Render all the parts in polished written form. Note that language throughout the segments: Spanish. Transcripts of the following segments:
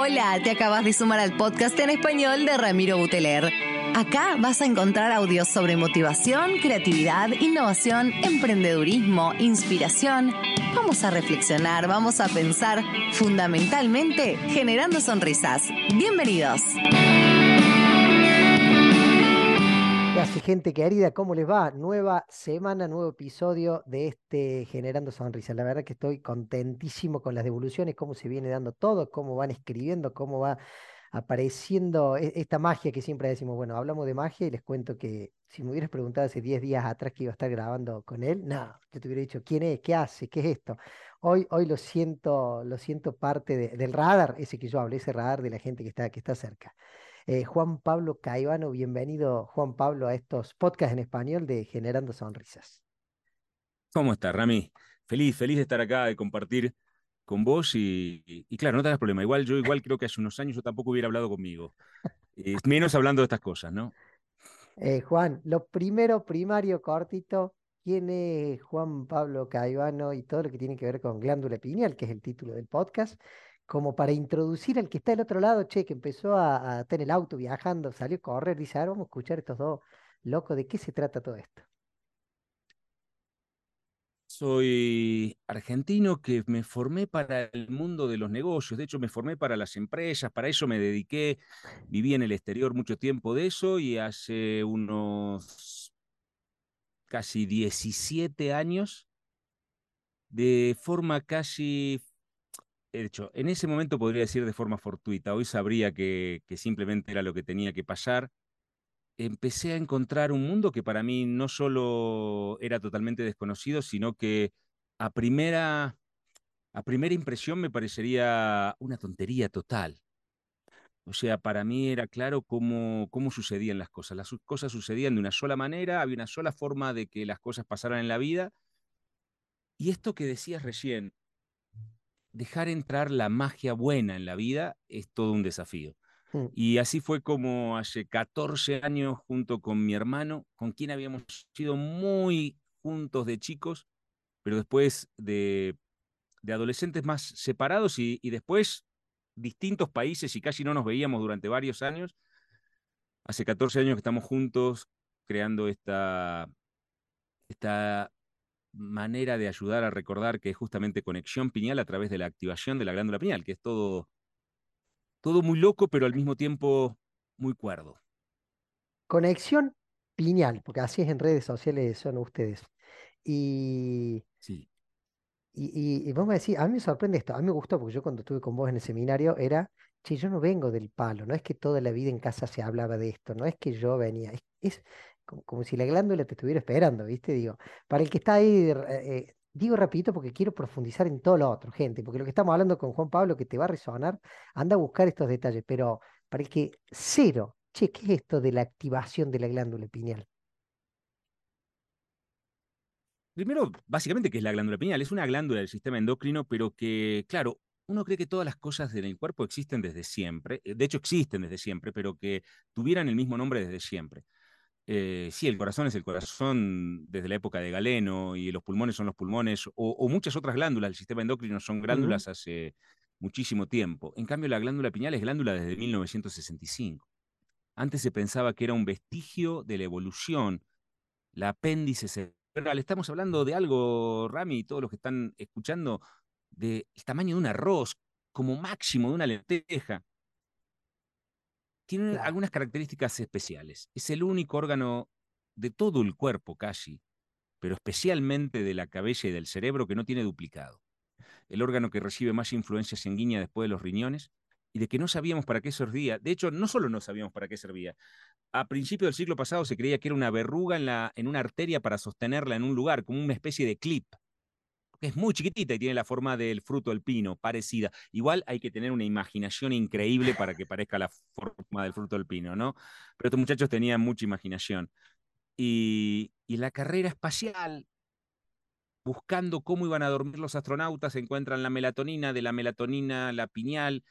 Hola, te acabas de sumar al podcast en español de Ramiro Buteler. Acá vas a encontrar audios sobre motivación, creatividad, innovación, emprendedurismo, inspiración. Vamos a reflexionar, vamos a pensar, fundamentalmente generando sonrisas. Bienvenidos. ¿Qué hace, gente querida? ¿Cómo les va? Nueva semana, nuevo episodio de este Generando Sonrisas. La verdad que estoy contentísimo con las devoluciones, cómo se viene dando todo, cómo van escribiendo, cómo va apareciendo esta magia que siempre decimos. Bueno, hablamos de magia y les cuento que si me hubieras preguntado hace 10 días atrás que iba a estar grabando con él, no, yo te hubiera dicho, ¿quién es? ¿Qué hace? ¿Qué es esto? Hoy lo siento parte del radar, ese que yo hablé, ese radar de la gente que está cerca. Juan Pablo Caivano, bienvenido Juan Pablo a estos podcasts en español de Generando Sonrisas. ¿Cómo estás, Rami? Feliz de estar acá, de compartir con vos y claro, no te hagas problema. Igual creo que hace unos años yo tampoco hubiera hablado conmigo. Menos hablando de estas cosas, ¿no? Juan, lo primero, primario, cortito, ¿quién es Juan Pablo Caivano y todo lo que tiene que ver con glándula pineal, que es el título del podcast? Como para introducir al que está del otro lado, che, que empezó a estar en el auto viajando, salió a correr, dice, a ver, vamos a escuchar estos dos locos, ¿de qué se trata todo esto? Soy argentino que me formé para el mundo de los negocios, de hecho me formé para las empresas, para eso me dediqué, viví en el exterior mucho tiempo de eso y hace unos casi 17 años, de forma casi. De hecho, en ese momento podría decir de forma fortuita, hoy sabría que simplemente era lo que tenía que pasar. Empecé a encontrar un mundo que para mí no solo era totalmente desconocido, sino que a primera impresión me parecería una tontería total. O sea, para mí era claro cómo sucedían las cosas. Las cosas sucedían de una sola manera, había una sola forma de que las cosas pasaran en la vida. Y esto que decías recién, dejar entrar la magia buena en la vida es todo un desafío. Mm. Y así fue como hace 14 años, junto con mi hermano, con quien habíamos sido muy juntos de chicos, pero después de adolescentes más separados y después distintos países y casi no nos veíamos durante varios años. Hace 14 años que estamos juntos creando esta manera de ayudar a recordar que es justamente conexión pineal a través de la activación de la glándula pineal, que es todo muy loco, pero al mismo tiempo muy cuerdo. Conexión pineal, porque así es en redes sociales son ustedes. Y Sí. y vos me decís, a mí me sorprende esto, a mí me gustó porque yo cuando estuve con vos en el seminario era, che, yo no vengo del palo, no es que toda la vida en casa se hablaba de esto, no es que yo venía, es como si la glándula te estuviera esperando, ¿viste? Digo, para el que está ahí, digo rapidito porque quiero profundizar en todo lo otro, gente, porque lo que estamos hablando con Juan Pablo que te va a resonar, anda a buscar estos detalles, pero para el que cero, che, ¿qué es esto de la activación de la glándula pineal? Primero, básicamente, ¿qué es la glándula pineal? Es una glándula del sistema endocrino, pero que, claro, uno cree que todas las cosas en el cuerpo existen desde siempre, de hecho existen desde siempre, pero que tuvieran el mismo nombre desde siempre. Sí, el corazón es el corazón desde la época de Galeno y los pulmones son los pulmones, o muchas otras glándulas del sistema endocrino son Ujú. glándulas hace muchísimo tiempo. En cambio, la glándula pineal es glándula desde 1965. Antes se pensaba que era un vestigio de la evolución, la apéndice cerebral. Estamos hablando de algo, Rami, y todos los que están escuchando, del tamaño de un arroz, como máximo de una lenteja. Tiene Claro. algunas características especiales. Es el único órgano de todo el cuerpo casi, pero especialmente de la cabeza y del cerebro que no tiene duplicado. El órgano que recibe más influencia sanguínea después de los riñones y de que no sabíamos para qué servía. De hecho, no solo no sabíamos para qué servía. A principios del siglo pasado se creía que era una verruga en una arteria para sostenerla en un lugar, como una especie de clip. Es muy chiquitita y tiene la forma del fruto del pino, parecida. Igual hay que tener una imaginación increíble para que parezca la forma del fruto del pino, ¿no? Pero estos muchachos tenían mucha imaginación. Y la carrera espacial, buscando cómo iban a dormir los astronautas, encuentran la melatonina, de la melatonina la pineal,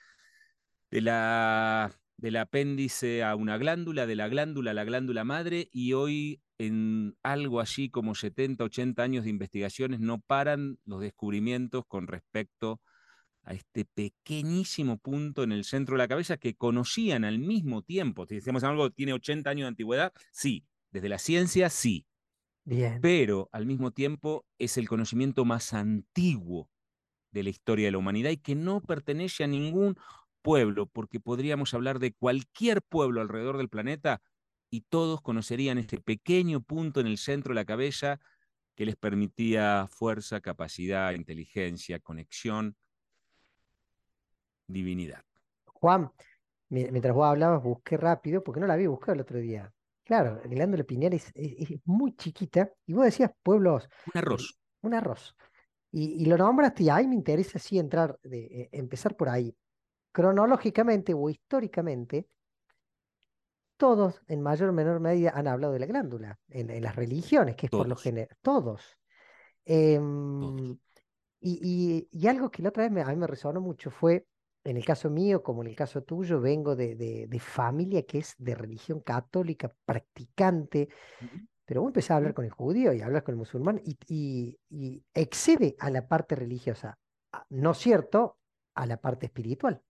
del apéndice a una glándula, de la glándula a la glándula madre, y hoy en algo así como 70, 80 años de investigaciones no paran los descubrimientos con respecto a este pequeñísimo punto en el centro de la cabeza que conocían al mismo tiempo. Si decimos algo tiene 80 años de antigüedad, sí, desde la ciencia sí, Bien. pero al mismo tiempo es el conocimiento más antiguo de la historia de la humanidad y que no pertenece a ningún pueblo, porque podríamos hablar de cualquier pueblo alrededor del planeta y todos conocerían este pequeño punto en el centro de la cabeza que les permitía fuerza, capacidad, inteligencia, conexión, divinidad. Juan, mientras vos hablabas, busqué rápido, porque no la había buscado el otro día. Claro, la glándula pineal es muy chiquita, y vos decías pueblos, Un arroz. un arroz. Y lo nombraste, y ahí me interesa sí entrar, empezar por ahí. Cronológicamente o históricamente, todos en mayor o menor medida han hablado de la glándula, en las religiones, que es por lo Todos, general, todos. todos. Em, y algo que la otra vez a mí me resonó mucho fue, en el caso mío, como en el caso tuyo, vengo de familia que es de religión católica, practicante, Ujú, pero vos empezás a hablar ujú. con el judío y hablas con el musulmán y excede a la parte religiosa, no cierto, a la parte espiritual.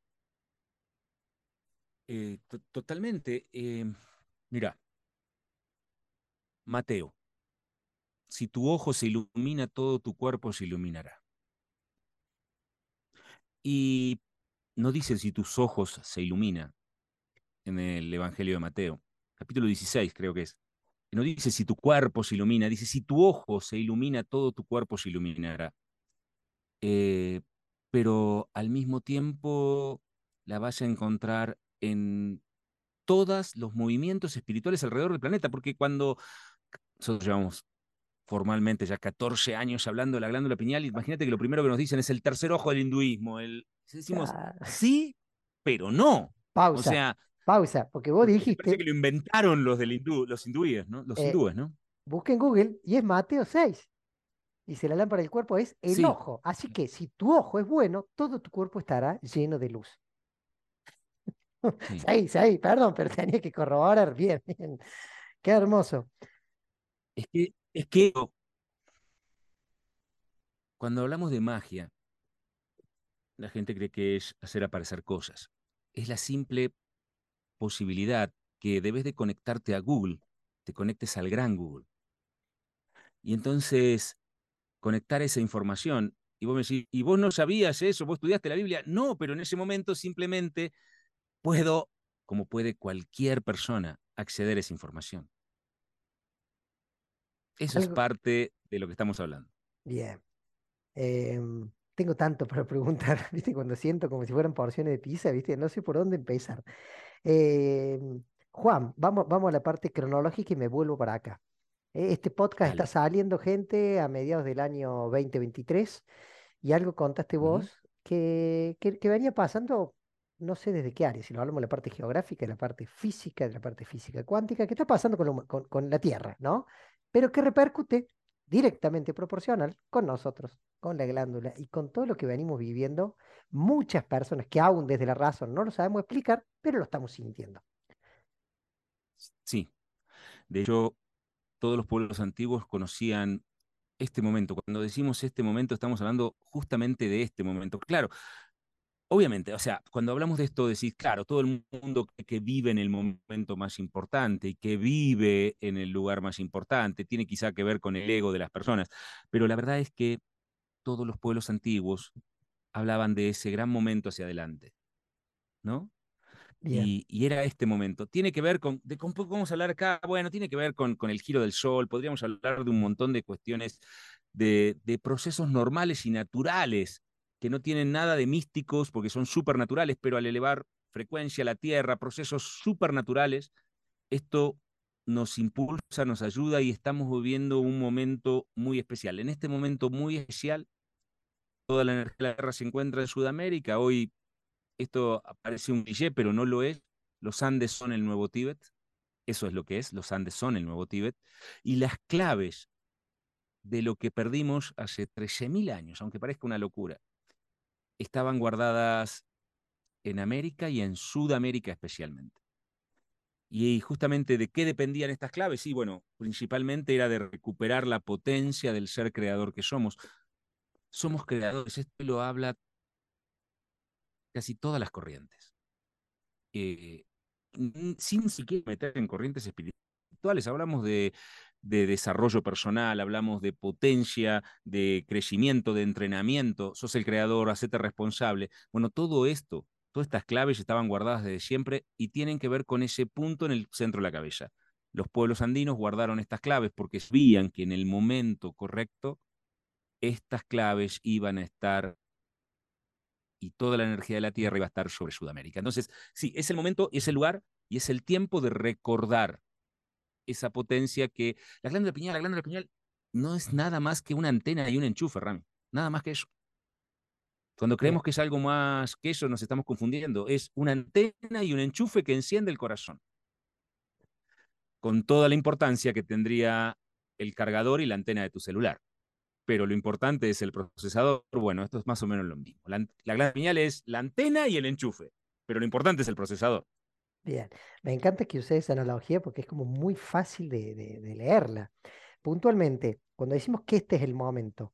Totalmente. Mira, Mateo, si tu ojo se ilumina, todo tu cuerpo se iluminará. Y no dice si tus ojos se iluminan en el Evangelio de Mateo, capítulo 16 creo que es. No dice si tu cuerpo se ilumina, dice si tu ojo se ilumina, todo tu cuerpo se iluminará. Eh, pero al mismo tiempo la vas a encontrar en todos los movimientos espirituales alrededor del planeta, porque cuando nosotros llevamos formalmente ya 14 años hablando de la glándula pineal, imagínate que lo primero que nos dicen es el tercer ojo del hinduismo. Decimos, Ah, sí, pero no. O pausa, sea, pausa, porque vos porque parece dijiste, que lo inventaron los hindúes, ¿no? Los eh, hindúes, ¿no? busca en Google y es Mateo 6. Dice, la lámpara del cuerpo es el Sí, ojo. Así que si tu ojo es bueno, todo tu cuerpo estará lleno de luz. sí. Sí, sí, perdón, pero tenía que corroborar bien, bien. Qué hermoso. Es que cuando hablamos de magia, la gente cree que es hacer aparecer cosas. Es la simple posibilidad que debes de conectarte a Google, te conectes al gran Google. Y entonces conectar esa información. Y vos me decís, ¿y vos no sabías eso? ¿Vos estudiaste la Biblia? No, pero en ese momento simplemente puedo, como puede cualquier persona, acceder a esa información. Eso es Algo, parte de lo que estamos hablando. bien. Tengo tanto para preguntar, ¿viste? Cuando siento como si fueran porciones de pizza, ¿viste? No sé por dónde empezar. Em, Juan, vamos a la parte cronológica y me vuelvo para acá. Este podcast está Dale. saliendo, gente, a mediados del año 2023 y algo contaste Ujú. vos que venía pasando, no sé desde qué área, si lo hablamos de la parte geográfica, de la parte física, de la parte física cuántica, ¿qué está pasando con la Tierra, ¿no? Pero que repercute directamente proporcional con nosotros, con la glándula y con todo lo que venimos viviendo, muchas personas que aún desde la razón no lo sabemos explicar, pero lo estamos sintiendo. Sí. De hecho, todos los pueblos antiguos conocían este momento. Cuando decimos este momento, estamos hablando justamente de este momento. Claro, obviamente, o sea, cuando hablamos de esto, decís, claro, todo el mundo que vive en el momento más importante y que vive en el lugar más importante, tiene quizá que ver con el ego de las personas, pero la verdad es que todos los pueblos antiguos hablaban de ese gran momento hacia adelante, ¿no? Bien, Y era este momento. Tiene que ver con qué vamos a hablar acá, bueno, tiene que ver con el giro del sol, podríamos hablar de un montón de cuestiones de procesos normales y naturales que no tienen nada de místicos porque son supernaturales, pero al elevar frecuencia a la Tierra, procesos supernaturales, esto nos impulsa, nos ayuda y estamos viviendo un momento muy especial. En este momento muy especial, toda la energía de la Tierra se encuentra en Sudamérica. Hoy esto parece un cliché, pero no lo es. Los Andes son el nuevo Tíbet. Eso es lo que es. Los Andes son el nuevo Tíbet. Y las claves de lo que perdimos hace 13.000 años, aunque parezca una locura, estaban guardadas en América y en Sudamérica especialmente. Y justamente de qué dependían estas claves, sí, bueno, principalmente era de recuperar la potencia del ser creador que somos. Somos creadores, esto lo habla casi todas las corrientes. Eh, Sin siquiera meter en corrientes espirituales, hablamos de desarrollo personal, hablamos de potencia, de crecimiento, de entrenamiento, sos el creador, hacete responsable. Bueno, todo esto, todas estas claves estaban guardadas desde siempre y tienen que ver con ese punto en el centro de la cabeza. Los pueblos andinos guardaron estas claves porque sabían que en el momento correcto estas claves iban a estar y toda la energía de la Tierra iba a estar sobre Sudamérica. Entonces, sí, es el momento, es el lugar y es el tiempo de recordar esa potencia que la glándula pineal no es nada más que una antena y un enchufe, Rami. Nada más que eso. Cuando Bien, creemos que es algo más que eso, nos estamos confundiendo. Es una antena y un enchufe que enciende el corazón, con toda la importancia que tendría el cargador y la antena de tu celular. Pero lo importante es el procesador. Bueno, esto es más o menos lo mismo. La glándula pineal es la antena y el enchufe, pero lo importante es el procesador. bien. Me encanta que uses esa analogía porque es como muy fácil de leerla. Puntualmente, cuando decimos que este es el momento,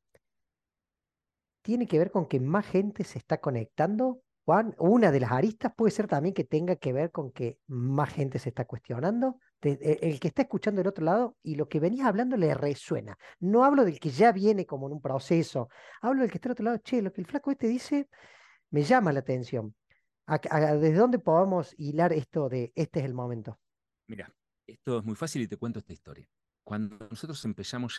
tiene que ver con que más gente se está conectando. Juan, una de las aristas puede ser también que tenga que ver con que más gente se está cuestionando. El que está escuchando del otro lado y lo que venías hablando le resuena. No hablo del que ya viene como en un proceso, hablo del que está del otro lado. Che, lo que el flaco este dice me llama la atención. ¿Desde dónde podemos hilar esto de este es el momento? Mira, esto es muy fácil y te cuento esta historia. Cuando nosotros empezamos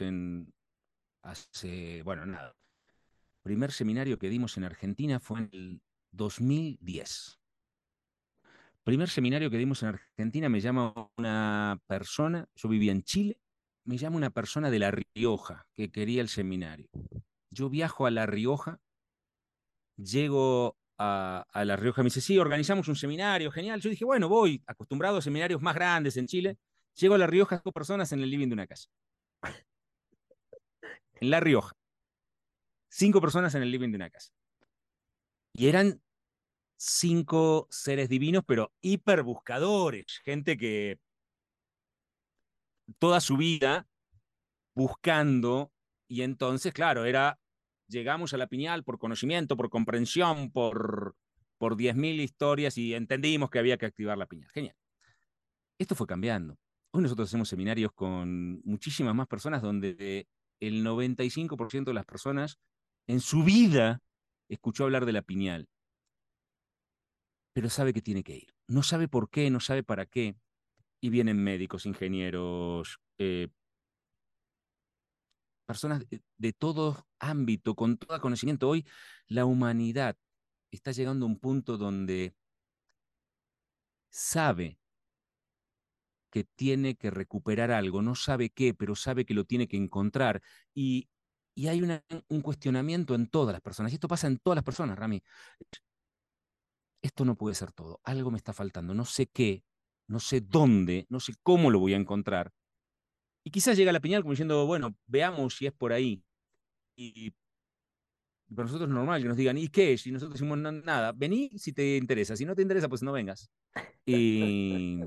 bueno, nada, primer seminario que dimos en Argentina fue en el 2010. Primer seminario que dimos en Argentina me llama una persona, yo vivía en Chile, me llama una persona de La Rioja que quería el seminario. Yo viajo a La Rioja, llego a La Rioja, me dice, sí, organizamos un seminario, genial. Yo dije, bueno, voy, acostumbrado a seminarios más grandes en Chile. Llego a La Rioja, 5 personas en el living de una casa. En La Rioja, 5 personas en el living de una casa. Y eran 5 seres divinos, pero hiper buscadores, gente que toda su vida buscando, y entonces, claro, llegamos a la piñal por conocimiento, por comprensión, por 10.000 historias y entendimos que había que activar la piñal. Genial. Esto fue cambiando. Hoy nosotros hacemos seminarios con muchísimas más personas donde el 95% de las personas en su vida escuchó hablar de la piñal, pero sabe que tiene que ir. No sabe por qué, no sabe para qué. Y vienen médicos, ingenieros, personas de todo ámbito, con todo conocimiento. Hoy la humanidad está llegando a un punto donde sabe que tiene que recuperar algo, no sabe qué, pero sabe que lo tiene que encontrar. Y, y hay un cuestionamiento en todas las personas, y esto pasa en todas las personas, Rami. Esto no puede ser todo, algo me está faltando, no sé qué, no sé dónde, no sé cómo lo voy a encontrar. Y quizás llega la piñal como diciendo, bueno, veamos si es por ahí. Y para nosotros es normal que nos digan, ¿y qué? Si nosotros decimos nada, vení si te interesa, si no te interesa, pues no vengas. Y,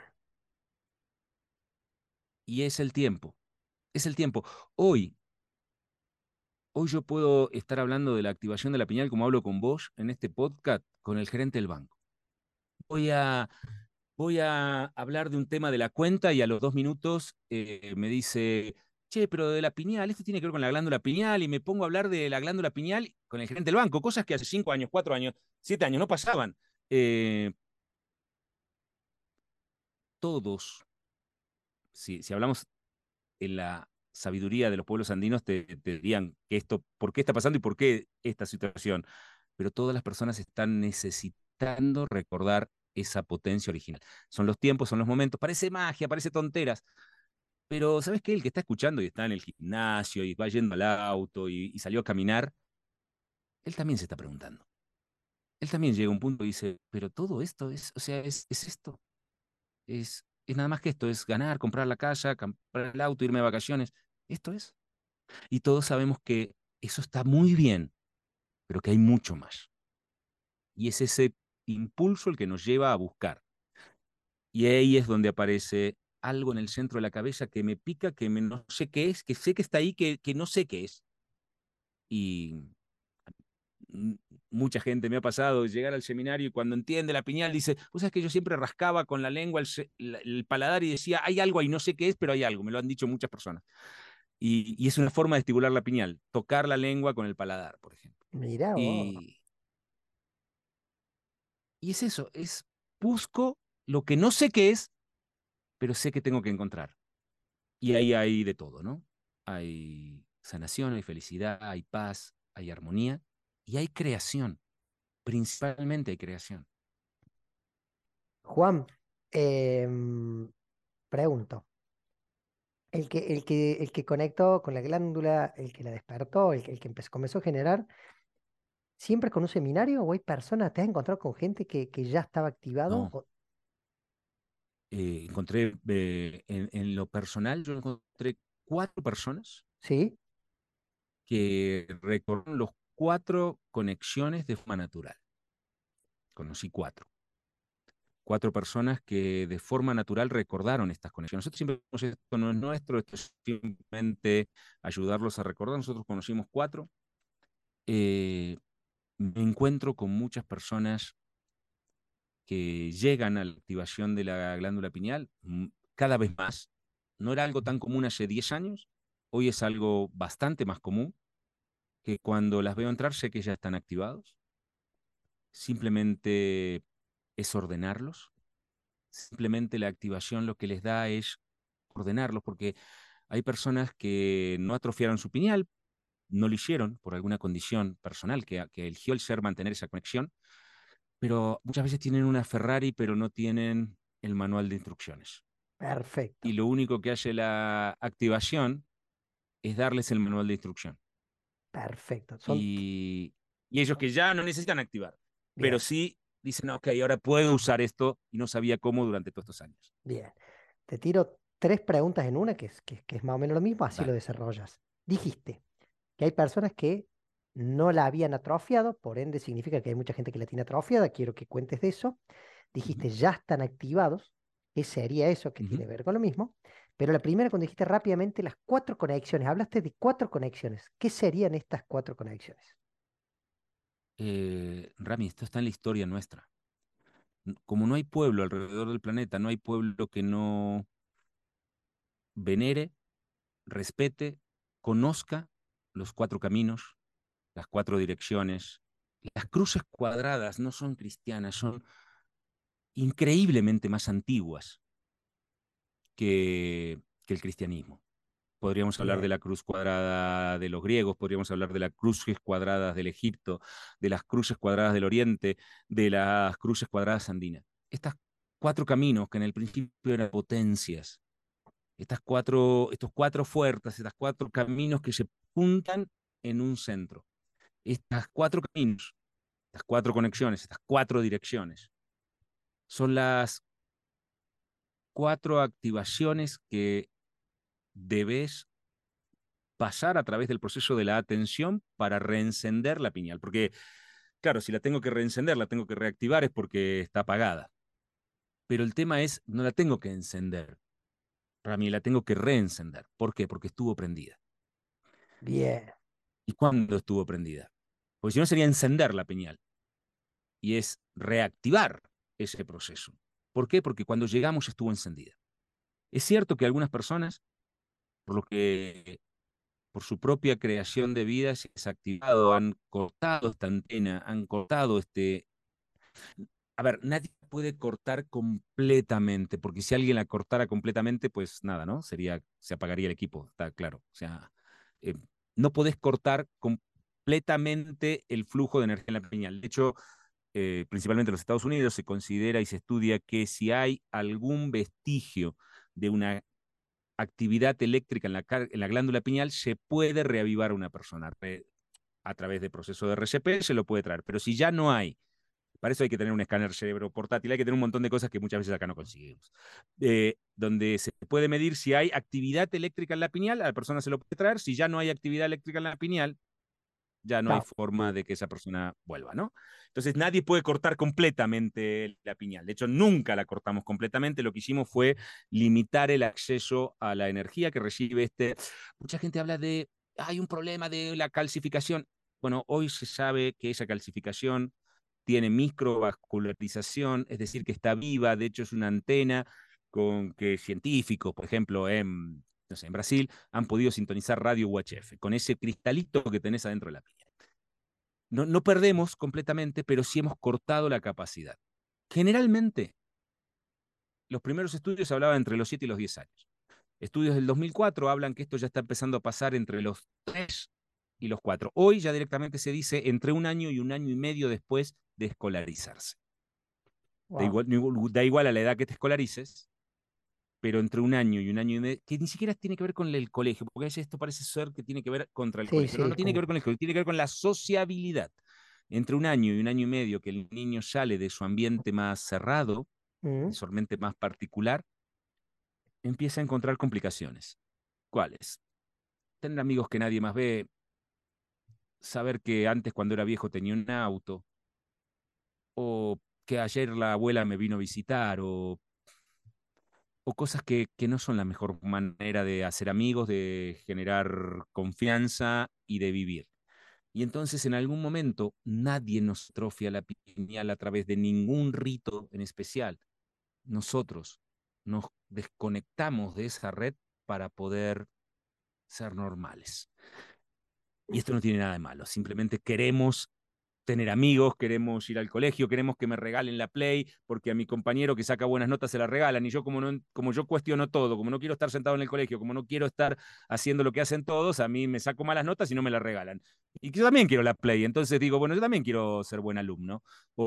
y es el tiempo. Hoy, hoy yo puedo estar hablando de la activación de la piñal como hablo con vos en este podcast con el gerente del banco. Voy a, voy a hablar de un tema de la cuenta y a los 2 minutos me dice, che, pero de la piñal, esto tiene que ver con la glándula piñal y me pongo a hablar de la glándula piñal con el gerente del banco, cosas que hace 5 años, 4 años, 7 años no pasaban. Eh, todos, si hablamos en la sabiduría de los pueblos andinos, te dirían que esto, por qué está pasando y por qué esta situación. Pero todas las personas están necesitando recordar esa potencia original. Son los tiempos, son los momentos, parece magia, parece tonteras, pero ¿sabes qué? El que está escuchando y está en el gimnasio y va yendo al auto y salió a caminar, él también se está preguntando. Él también llega a un punto y dice, pero todo esto es, o sea, es esto, es nada más que esto, es ganar, comprar la casa, comprar el auto, irme de vacaciones. Esto es. Y todos sabemos que eso está muy bien, pero que hay mucho más. Y es ese impulso el que nos lleva a buscar. Y ahí es donde aparece algo en el centro de la cabeza que me pica, no sé qué es, que sé que está ahí, que no sé qué es. Y mucha gente me ha pasado llegar al seminario y cuando entiende la piñal dice, vos sabés que yo siempre rascaba con la lengua el paladar y decía, hay algo ahí, no sé qué es, pero hay algo, me lo han dicho muchas personas. Y es una forma de estimular la piñal, tocar la lengua con el paladar, por ejemplo. Mirá vos. Y, y es eso, busco lo que no sé qué es, pero sé que tengo que encontrar. Y ahí hay de todo, ¿no? Hay sanación, hay felicidad, hay paz, hay armonía y hay creación. Principalmente hay creación. Juan, em, pregunto. El que conectó con la glándula, el que la despertó, el que comenzó a generar, ¿siempre con un seminario o hay personas, te has encontrado con gente que ya estaba activado? No, encontré, en lo personal, yo encontré 4 personas Sí, que recordaron los 4 conexiones de forma natural. Conocí 4 personas que de forma natural recordaron estas conexiones. Nosotros siempre decimos, esto no es nuestro, esto es simplemente ayudarlos a recordar. Nosotros conocimos 4. Eh, Me encuentro con muchas personas que llegan a la activación de la glándula pineal cada vez más. No era algo tan común hace 10 años, hoy es algo bastante más común, que cuando las veo entrar sé que ya están activados. Simplemente es ordenarlos. Simplemente la activación lo que les da es ordenarlos, porque hay personas que no atrofiaron su pineal, no lo hicieron por alguna condición personal que eligió el ser mantener esa conexión, pero muchas veces tienen una Ferrari, pero no tienen el manual de instrucciones. Y perfecto, lo único que hace la activación es darles el manual de instrucción. perfecto. Y, y ellos que ya no necesitan activar, pero Bien, sí dicen, ok, ahora puedo usar esto y no sabía cómo durante todos estos años. bien. Te tiro tres preguntas en una, que es más o menos lo mismo, así lo Dale. desarrollas. Dijiste que hay personas que no la habían atrofiado, por ende significa que hay mucha gente que la tiene atrofiada, quiero que cuentes de eso. Ujú, Dijiste ya están activados, ¿qué sería eso que ujú. tiene que ver con lo mismo? Pero la primera, cuando dijiste rápidamente las 4 conexiones, hablaste de 4 conexiones. ¿Qué serían estas 4 conexiones? Rami, esto está en la historia nuestra. Como no hay pueblo alrededor del planeta, no hay pueblo que no venere, respete, conozca los 4 caminos, las 4 direcciones. Las cruces cuadradas no son cristianas, son increíblemente más antiguas que el cristianismo. Podríamos hablar de Bien, la cruz cuadrada de los griegos, podríamos hablar de las cruces cuadradas del Egipto, de las cruces cuadradas del Oriente, de las cruces cuadradas andinas. Estas 4 caminos que en el principio eran potencias, estos 4 fuerzas, estos 4 caminos que se juntan en un centro. Estas 4 caminos, estas 4 conexiones, estas 4 direcciones, son las 4 activaciones que debes pasar a través del proceso de la atención para reencender la piñal. Porque, claro, si la tengo que reencender, la tengo que reactivar, es porque está apagada. Pero el tema es, no la tengo que encender, Rami, la tengo que reencender. ¿Por qué? Porque estuvo prendida. bien, ¿Y cuándo estuvo prendida? Porque si no sería encender la piñal. Y es reactivar ese proceso. ¿Por qué? Porque cuando llegamos estuvo encendida. Es cierto que algunas personas, por lo que por su propia creación de vida se ha desactivado, han cortado esta antena, han cortado este... A ver, nadie puede cortar completamente, porque si alguien la cortara completamente, pues nada, ¿no? Se apagaría el equipo, está claro. O sea, eh, no podés cortar completamente el flujo de energía en la piñal. De hecho, principalmente en los Estados Unidos, se considera y se estudia que si hay algún vestigio de una actividad eléctrica en la glándula pineal, se puede reavivar a una persona. A través del proceso de RCP se lo puede traer. Pero si ya no hay, para eso hay que tener un escáner cerebro portátil, hay que tener un montón de cosas que muchas veces acá no conseguimos. Donde se puede medir si hay actividad eléctrica en la pineal, a la persona se lo puede traer. Si ya no hay actividad eléctrica en la pineal, ya no hay chao. forma de que esa persona vuelva, ¿no? Entonces nadie puede cortar completamente la piñal. De hecho, nunca la cortamos completamente. Lo que hicimos fue limitar el acceso a la energía que recibe este. Mucha gente habla de, hay un problema de la calcificación. Bueno, hoy se sabe que esa calcificación tiene microvascularización, es decir, que está viva, de hecho es una antena con que científicos, por ejemplo, no sé, en Brasil, han podido sintonizar radio UHF, con ese cristalito que tenés adentro de la piel. No, no perdemos completamente, pero sí hemos cortado la capacidad. Generalmente, los primeros estudios hablaban entre los 7 y los 10 años. Estudios del 2004 hablan que esto ya está empezando a pasar entre los 3 y los 4. Hoy ya directamente se dice entre 1 año y 1 año y medio después de escolarizarse. Wow. Da igual a la edad que te escolarices, pero entre 1 año y 1 año y medio, que ni siquiera tiene que ver con el colegio, porque a veces esto parece ser que tiene que ver contra el Sí, colegio. No, sí, no tiene que ver con el colegio, tiene que ver con la sociabilidad. Entre 1 año y 1 año y medio que el niño sale de su ambiente más cerrado, de mm, su ambiente más particular, empieza a encontrar complicaciones. ¿Cuáles? Tener amigos que nadie más ve, saber que antes cuando era viejo tenía un auto, o que ayer la abuela me vino a visitar, o cosas que no son la mejor manera de hacer amigos, de generar confianza y de vivir. Y entonces en algún momento nadie nos atrofia la pineal a través de ningún rito en especial. Nosotros nos desconectamos de esa red para poder ser normales. Y esto no tiene nada de malo, simplemente queremos tener amigos, queremos ir al colegio, queremos que me regalen la Play, porque a mi compañero que saca buenas notas se la regalan, y yo como, no, como yo cuestiono todo, como no quiero estar sentado en el colegio, como no quiero estar haciendo lo que hacen todos, a mí me saco malas notas y no me la regalan. Y yo también quiero la Play, entonces digo, bueno, yo también quiero ser buen alumno,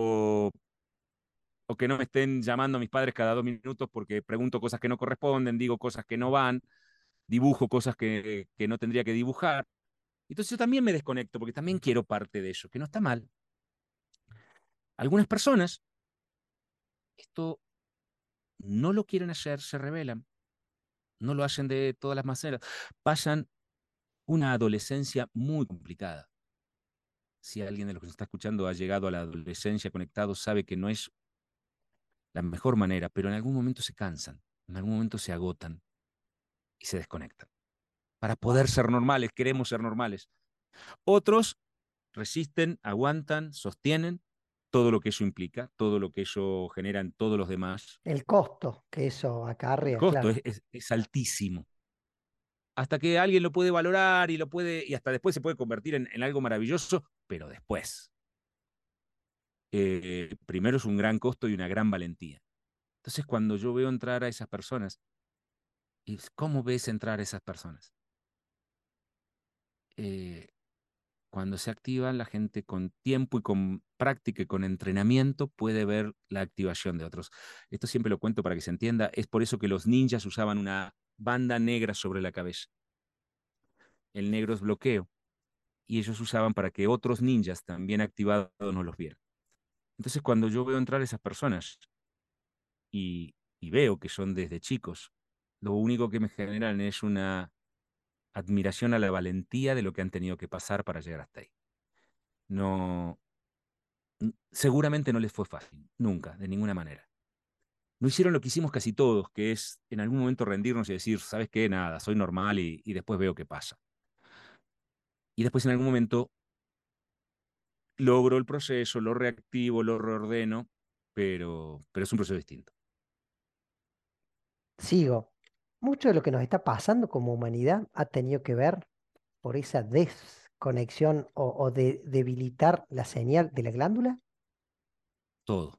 o que no me estén llamando a mis padres cada 2 minutos porque pregunto cosas que no corresponden, digo cosas que no van, dibujo cosas que no tendría que dibujar. Entonces yo también me desconecto porque también quiero parte de eso, que no está mal. Algunas personas esto no lo quieren hacer, se rebelan, no lo hacen de todas las maneras, pasan una adolescencia muy complicada. Si alguien de los que nos está escuchando ha llegado a la adolescencia conectado, sabe que no es la mejor manera, pero en algún momento se cansan, en algún momento se agotan y se desconectan. Para poder wow. ser normales, queremos ser normales. Otros resisten, aguantan, sostienen todo lo que eso implica, todo lo que eso genera en todos los demás. El costo que eso El acarrea, costo claro. es altísimo. Hasta que alguien lo puede valorar y hasta después se puede convertir en algo maravilloso, pero después. Primero es un gran costo y una gran valentía. Entonces, cuando yo veo entrar a esas personas, ¿y cómo ves entrar a esas personas? Eh, Cuando se activan, la gente con tiempo y con práctica y con entrenamiento puede ver la activación de otros. Esto siempre lo cuento para que se entienda. Es por eso que los ninjas usaban una banda negra sobre la cabeza. El negro es bloqueo y ellos usaban para que otros ninjas también activados no los vieran. Entonces, cuando yo veo entrar a esas personas y veo que son desde chicos, lo único que me generan es una admiración a la valentía de lo que han tenido que pasar para llegar hasta ahí. No, seguramente no les fue fácil, nunca, de ninguna manera. No hicieron lo que hicimos casi todos, que es en algún momento rendirnos y decir, ¿sabes qué? Nada, soy normal y después veo qué pasa. Y después en algún momento logro el proceso, lo reactivo, lo reordeno, pero es un proceso distinto. Sigo. Mucho de lo que nos está pasando como humanidad ha tenido que ver por esa desconexión o de debilitar la señal de la glándula. Todo.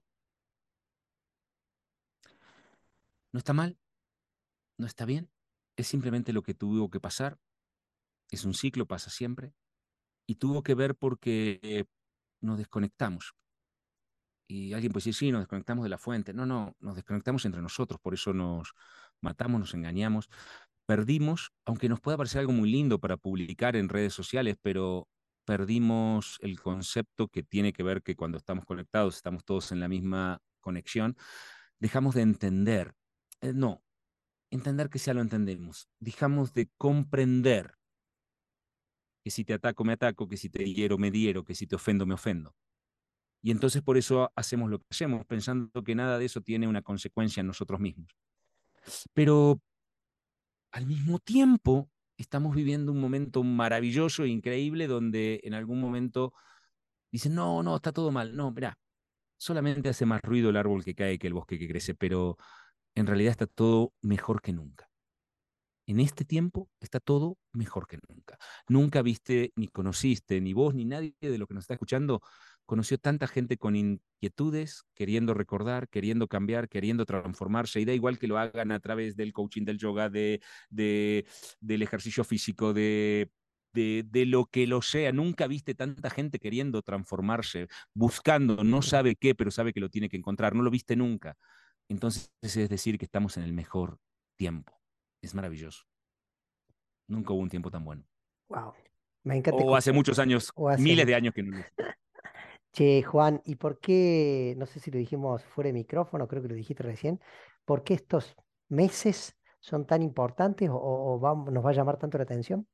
No está mal, no está bien, es simplemente lo que tuvo que pasar, es un ciclo, pasa siempre, y tuvo que ver porque nos desconectamos. Y alguien puede decir, sí, nos desconectamos de la fuente. No, no, nos desconectamos entre nosotros, por eso nos matamos, nos engañamos, perdimos, aunque nos pueda parecer algo muy lindo para publicar en redes sociales, pero perdimos el concepto que tiene que ver que cuando estamos conectados, estamos todos en la misma conexión, dejamos de entender. No, entender que ya lo entendemos. Dejamos de comprender que si te ataco, me ataco, que si te hiero, me diero, que si te ofendo, me ofendo. Y entonces por eso hacemos lo que hacemos, pensando que nada de eso tiene una consecuencia en nosotros mismos. Pero al mismo tiempo, estamos viviendo un momento maravilloso e increíble donde en algún momento dicen, no, no, está todo mal. No, mirá, solamente hace más ruido el árbol que cae que el bosque que crece, pero en realidad está todo mejor que nunca. En este tiempo está todo mejor que nunca. Nunca viste, ni conociste, ni vos, ni nadie de lo que nos está escuchando, conoció tanta gente con inquietudes, queriendo recordar, queriendo cambiar, queriendo transformarse, y da igual que lo hagan a través del coaching, del yoga, de del ejercicio físico, de lo que lo sea. Nunca viste tanta gente queriendo transformarse, buscando, no sabe qué, pero sabe que lo tiene que encontrar. No lo viste nunca. Entonces es decir que estamos en el mejor tiempo. Es maravilloso. Nunca hubo un tiempo tan bueno. Wow, me encanta O hace escuchar. muchos años, O hace miles de mucho. años que no lo hicimos. Che, Juan, ¿y por qué, no sé si lo dijimos fuera de micrófono, creo que lo dijiste recién, por qué estos meses son tan importantes o nos va a llamar tanto la atención?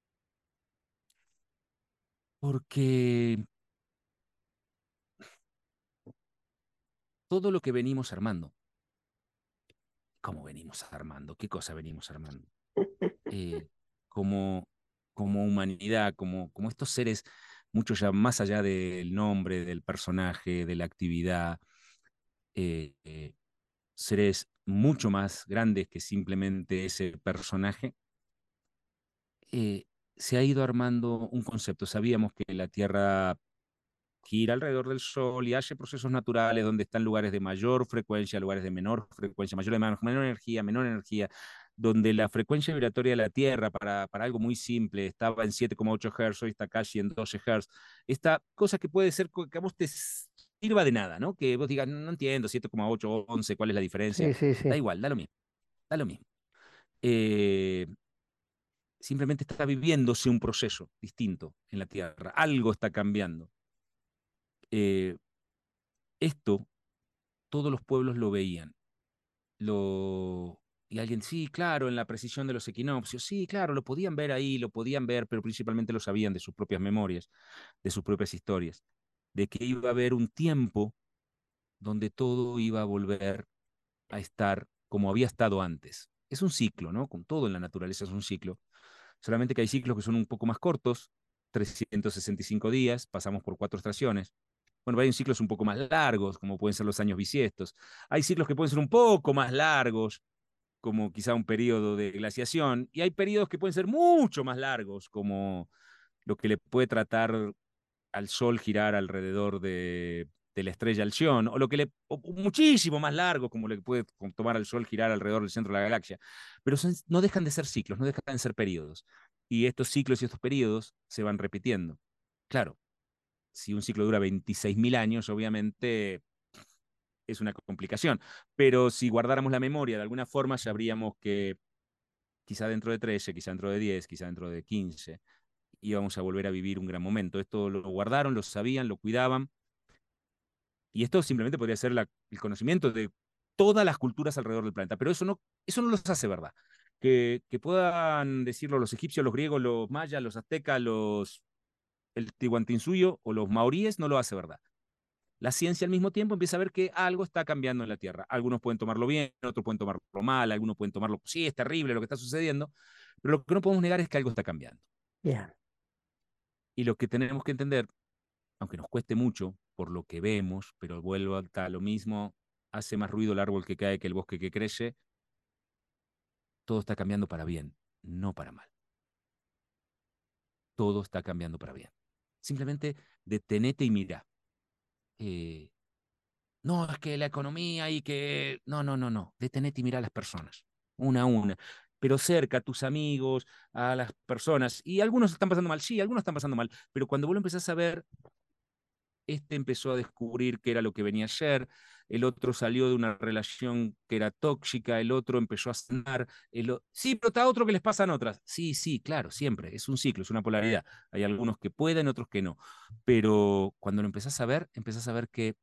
Porque todo lo que venimos armando, ¿cómo venimos armando? ¿Qué cosa venimos armando? Eh, como, como humanidad, como estos seres, mucho ya más allá del nombre, del personaje, de la actividad, eh, eh, seres mucho más grandes que simplemente ese personaje, eh, se ha ido armando un concepto. Sabíamos que la Tierra gira alrededor del Sol y hace procesos naturales donde están lugares de mayor frecuencia, lugares de menor frecuencia, menor energía, donde la frecuencia vibratoria de la Tierra, para algo muy simple, estaba en 7,8 Hz, hoy está casi en 12 Hz. Esta cosa que puede ser que a vos te sirva de nada, ¿no? Que vos digas, no entiendo, 7,8 o 11, ¿cuál es la diferencia? Sí, sí, Da sí. igual, da lo mismo, da lo mismo. Eh, Simplemente está viviéndose un proceso distinto en la Tierra, algo está cambiando. Eh, Esto todos los pueblos lo veían. Y alguien, sí, claro, en la precisión de los equinoccios, sí, claro, lo podían ver ahí, lo podían ver, pero principalmente lo sabían de sus propias memorias, de sus propias historias, de que iba a haber un tiempo donde todo iba a volver a estar como había estado antes. Es un ciclo, ¿no? Con todo en la naturaleza es un ciclo. Solamente que hay ciclos que son un poco más cortos, 365 días, pasamos por 4 estaciones. Bueno, hay ciclos un poco más largos, como pueden ser los años bisiestos. Hay ciclos que pueden ser un poco más largos, como quizá un periodo de glaciación, y hay periodos que pueden ser mucho más largos, como lo que le puede tratar al Sol girar alrededor de la estrella Alción, o lo que o muchísimo más largo, como le puede tomar al Sol girar alrededor del centro de la galaxia. Pero no dejan de ser ciclos, no dejan de ser periodos. Y estos ciclos y estos periodos se van repitiendo. Claro, si un ciclo dura 26.000 años, obviamente es una complicación. Pero si guardáramos la memoria de alguna forma, sabríamos que quizá dentro de 13, quizá dentro de 10, quizá dentro de 15, íbamos a volver a vivir un gran momento. Esto lo guardaron, lo sabían, lo cuidaban. Y esto simplemente podría ser el conocimiento de todas las culturas alrededor del planeta. Pero eso no los hace verdad. Que puedan decirlo los egipcios, los griegos, los mayas, los aztecas, el tihuantinsuyo o los maoríes, no lo hace verdad. La ciencia al mismo tiempo empieza a ver que algo está cambiando en la Tierra. Algunos pueden tomarlo bien, otros pueden tomarlo mal, algunos pueden tomarlo, sí, es terrible lo que está sucediendo, pero lo que no podemos negar es que algo está cambiando. Bien. Y lo que tenemos que entender, aunque nos cueste mucho por lo que vemos, pero vuelvo a lo mismo, hace más ruido el árbol que cae que el bosque que crece, todo está cambiando para bien, no para mal. Todo está cambiando para bien. Simplemente detenete y mira. Eh, No, es que la economía y que... No, no, no, no. Detenete y mira a las personas, una a una. Pero cerca a tus amigos, a las personas. Y algunos están pasando mal, sí, algunos están pasando mal. Pero cuando vos lo empezás a ver, este empezó a descubrir qué era lo que venía a ser, el otro salió de una relación que era tóxica, el otro empezó a sanar, sí, pero está otro que les pasan otras. Sí, sí, claro, siempre, es un ciclo, es una polaridad. Hay algunos que pueden, otros que no. Pero cuando lo empezás a ver que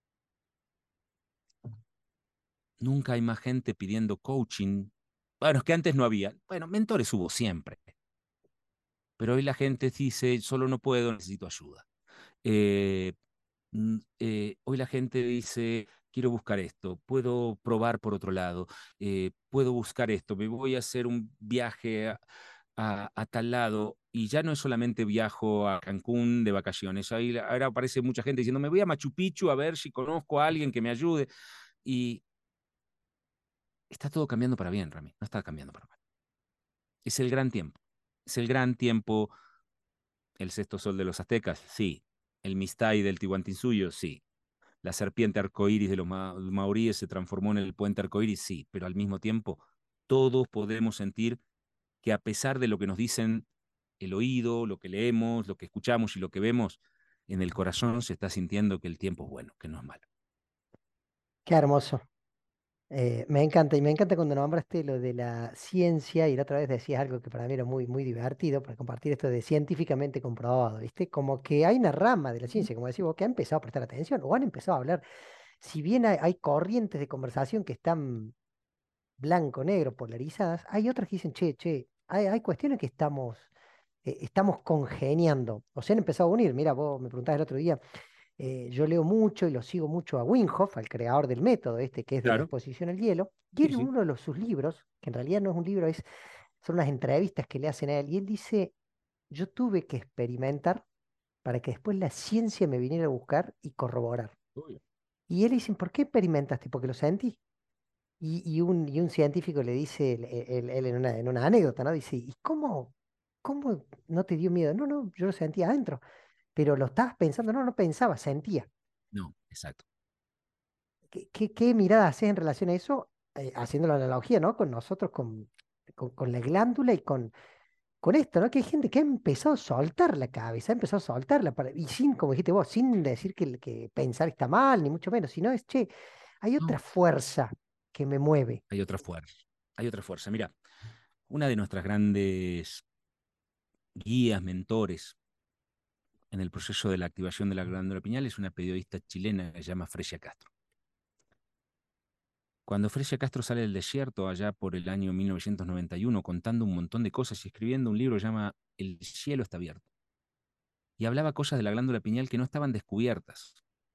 nunca hay más gente pidiendo coaching. Bueno, es que antes no había. Bueno, mentores hubo siempre, pero hoy la gente dice, solo no puedo, necesito ayuda. Eh, Hoy la gente dice, quiero buscar esto, puedo probar por otro lado, puedo buscar esto, me voy a hacer un viaje a tal lado, y ya no es solamente viajo a Cancún de vacaciones, ahora aparece mucha gente diciendo, me voy a Machu Picchu a ver si conozco a alguien que me ayude, y está todo cambiando para bien, Rami, no está cambiando para mal. Es el gran tiempo, es el gran tiempo, el sexto sol de los aztecas, sí, el Mistay del Tihuantinsuyo, sí, la serpiente arcoíris de los maoríes se transformó en el puente arcoíris, sí, pero al mismo tiempo todos podemos sentir que a pesar de lo que nos dicen el oído, lo que leemos, lo que escuchamos y lo que vemos, en el corazón se está sintiendo que el tiempo es bueno, que no es malo. Qué hermoso. Me encanta, y me encanta cuando nombraste lo de la ciencia, y la otra vez decías algo que para mí era muy, muy divertido para compartir esto de científicamente comprobado, ¿viste? Como que hay una rama de la ciencia, como decís vos, que ha empezado a prestar atención o han empezado a hablar. Si bien hay corrientes de conversación que están blanco-negro, polarizadas, hay otras que dicen, che, hay cuestiones que estamos congeniando, o se han empezado a unir. Mira, vos me preguntabas el otro día, yo leo mucho y lo sigo mucho a Wim Hof, al creador del método este que es de la Claro, exposición al hielo, y sí, él en sí. uno de sus libros, que en realidad no es un libro, son unas entrevistas que le hacen a él, y él dice, yo tuve que experimentar para que después la ciencia me viniera a buscar y corroborar. Obvio. Y él dice, ¿por qué experimentaste? Porque lo sentí. Y un científico le dice, él en una anécdota, ¿no? Dice, ¿y cómo no te dio miedo? No, no, yo lo sentía adentro, pero lo estabas pensando, no, no pensaba, sentía. No, exacto. ¿Qué mirada haces en relación a eso? Haciendo la analogía, ¿no? Con nosotros, con la glándula y con esto, ¿no? Que hay gente que ha empezado a soltar la cabeza, ha empezado a soltarla, y sin, como dijiste vos, sin decir que pensar está mal, ni mucho menos, sino es, che, hay otra No, fuerza que me mueve. hay otra fuerza. Hay otra fuerza. Mira, una de nuestras grandes guías, mentores en el proceso de la activación de la glándula pineal es una periodista chilena que se llama Fresia Castro. Cuando Fresia Castro sale del desierto allá por el año 1991 contando un montón de cosas y escribiendo un libro que se llama El cielo está abierto, y hablaba cosas de la glándula pineal que no estaban descubiertas,